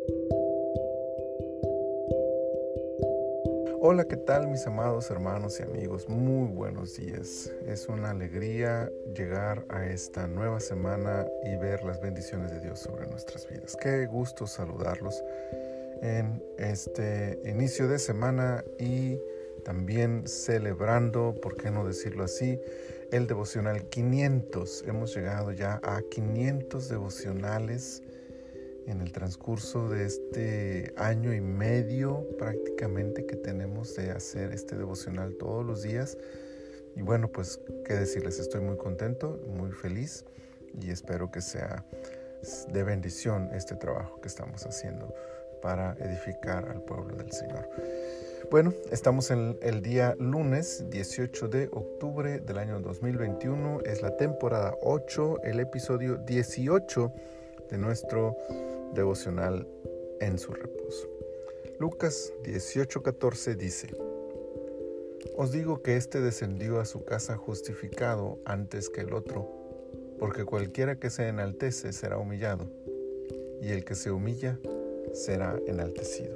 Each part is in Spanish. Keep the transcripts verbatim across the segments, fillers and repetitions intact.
Hola, ¿qué tal mis amados hermanos y amigos? Muy buenos días. Es una alegría llegar a esta nueva semana y ver las bendiciones de Dios sobre nuestras vidas. Qué gusto saludarlos en este inicio de semana y también celebrando, por qué no decirlo así, el devocional quinientos. Hemos llegado ya a quinientos devocionales en el transcurso de este año y medio prácticamente que tenemos de hacer este devocional todos los días. Y bueno, pues qué decirles, estoy muy contento, muy feliz y espero que sea de bendición este trabajo que estamos haciendo para edificar al pueblo del Señor. Bueno, estamos en el día lunes dieciocho de octubre del año dos mil veintiuno. Es la temporada ocho, el episodio dieciocho de nuestro devocional en su reposo. Lucas dieciocho catorce dice: Os digo que éste descendió a su casa justificado antes que el otro, porque cualquiera que se enaltece será humillado, y el que se humilla será enaltecido.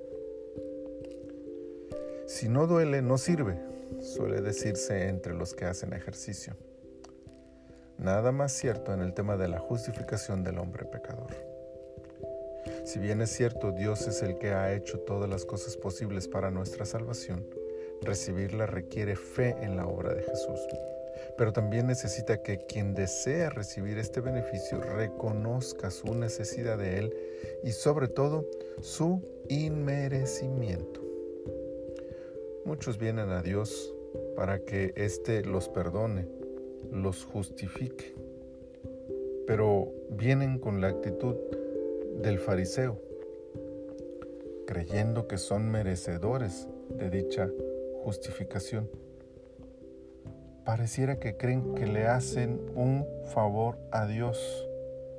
Si no duele, no sirve, suele decirse entre los que hacen ejercicio. Nada más cierto en el tema de la justificación del hombre pecador. Si bien es cierto, Dios es el que ha hecho todas las cosas posibles para nuestra salvación, recibirla requiere fe en la obra de Jesús. Pero también necesita que quien desea recibir este beneficio reconozca su necesidad de Él y sobre todo su inmerecimiento. Muchos vienen a Dios para que éste los perdone, los justifique, pero vienen con la actitud del fariseo, creyendo que son merecedores de dicha justificación. Pareciera que creen que le hacen un favor a Dios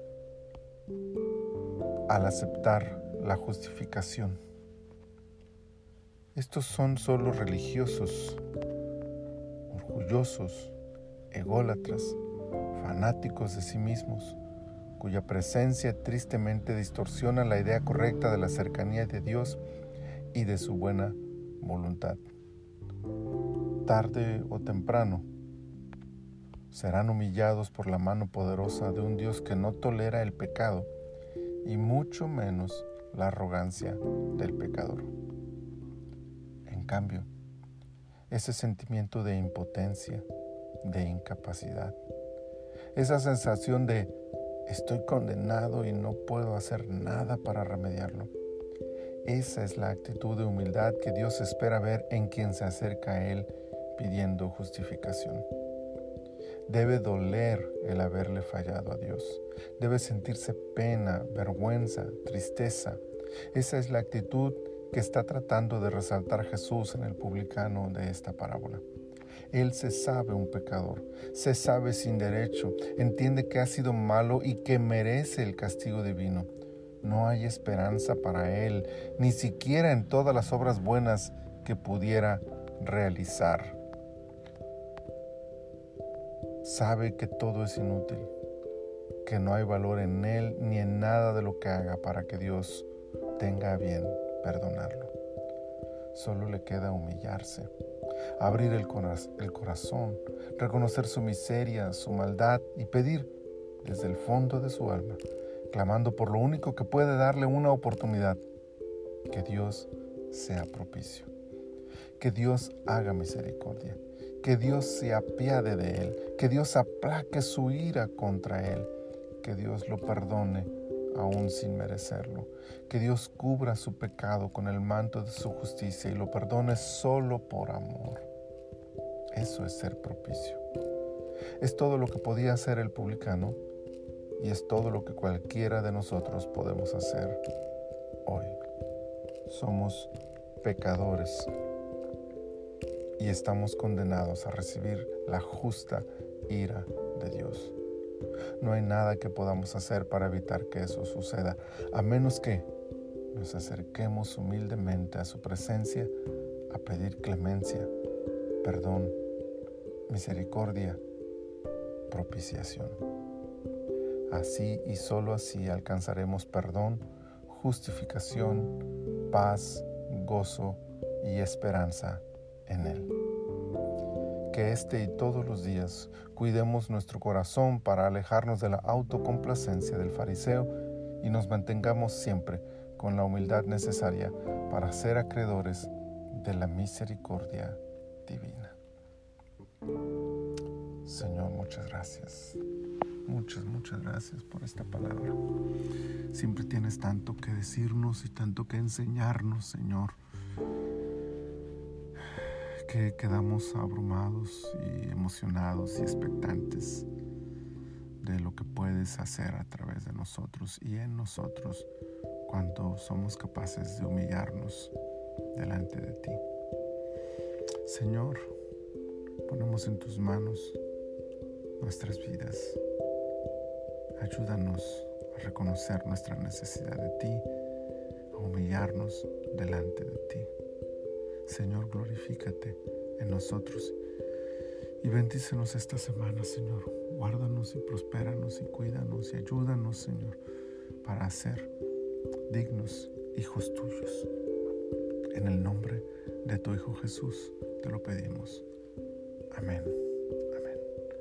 al aceptar la justificación. Estos son solo religiosos, orgullosos, ególatras, fanáticos de sí mismos, cuya presencia tristemente distorsiona la idea correcta de la cercanía de Dios y de su buena voluntad. Tarde o temprano serán humillados por la mano poderosa de un Dios que no tolera el pecado y mucho menos la arrogancia del pecador. En cambio, ese sentimiento de impotencia, de incapacidad, esa sensación de estoy condenado y no puedo hacer nada para remediarlo. Esa es la actitud de humildad que Dios espera ver en quien se acerca a Él pidiendo justificación. Debe doler el haberle fallado a Dios. Debe sentirse pena, vergüenza, tristeza. Esa es la actitud que está tratando de resaltar Jesús en el publicano de esta parábola. Él se sabe un pecador, se sabe sin derecho, entiende que ha sido malo y que merece el castigo divino. No hay esperanza para él, ni siquiera en todas las obras buenas que pudiera realizar. Sabe que todo es inútil, que no hay valor en él ni en nada de lo que haga para que Dios tenga a bien perdonarlo. Solo le queda humillarse, abrir el, coraz- el corazón, reconocer su miseria, su maldad y pedir desde el fondo de su alma, clamando por lo único que puede darle una oportunidad, que Dios sea propicio, que Dios haga misericordia, que Dios se apiade de él, que Dios aplaque su ira contra él, que Dios lo perdone aún sin merecerlo, que Dios cubra su pecado con el manto de su justicia y lo perdone solo por amor. Eso es ser propicio. Es todo lo que podía hacer el publicano y es todo lo que cualquiera de nosotros podemos hacer hoy. Somos pecadores y estamos condenados a recibir la justa ira de Dios. No hay nada que podamos hacer para evitar que eso suceda, a menos que nos acerquemos humildemente a su presencia a pedir clemencia, perdón, misericordia, propiciación. Así y solo así alcanzaremos perdón, justificación, paz, gozo y esperanza en Él. Que este y todos los días cuidemos nuestro corazón para alejarnos de la autocomplacencia del fariseo y nos mantengamos siempre con la humildad necesaria para ser acreedores de la misericordia divina. Señor, muchas gracias. Muchas, muchas gracias por esta palabra. Siempre tienes tanto que decirnos y tanto que enseñarnos, Señor, que quedamos abrumados y emocionados y expectantes de lo que puedes hacer a través de nosotros y en nosotros cuando somos capaces de humillarnos delante de ti. Señor, ponemos en tus manos nuestras vidas. Ayúdanos a reconocer nuestra necesidad de ti, a humillarnos delante de ti. Señor, glorifícate en nosotros y bendícenos esta semana, Señor. Guárdanos y prospéranos y cuídanos y ayúdanos, Señor, para ser dignos hijos tuyos. En el nombre de tu Hijo Jesús te lo pedimos. Amén. Amén.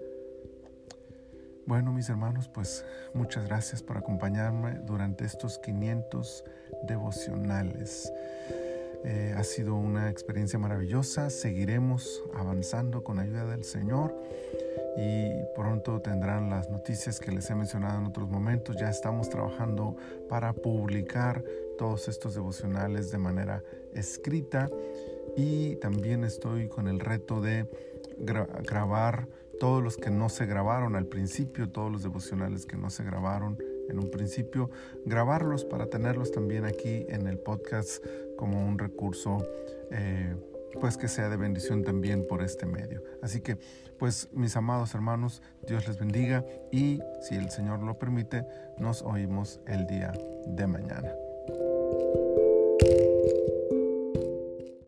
Bueno, mis hermanos, pues muchas gracias por acompañarme durante estos quinientos devocionales. Eh, ha sido una experiencia maravillosa. Seguiremos avanzando con ayuda del Señor y pronto tendrán las noticias que les he mencionado en otros momentos. Ya estamos trabajando para publicar todos estos devocionales de manera escrita y también estoy con el reto de gra- grabar todos los que no se grabaron al principio, todos los devocionales que no se grabaron en un principio, grabarlos para tenerlos también aquí en el podcast como un recurso eh, pues que sea de bendición también por este medio. Así que pues mis amados hermanos, Dios les bendiga y si el Señor lo permite, nos oímos el día de mañana.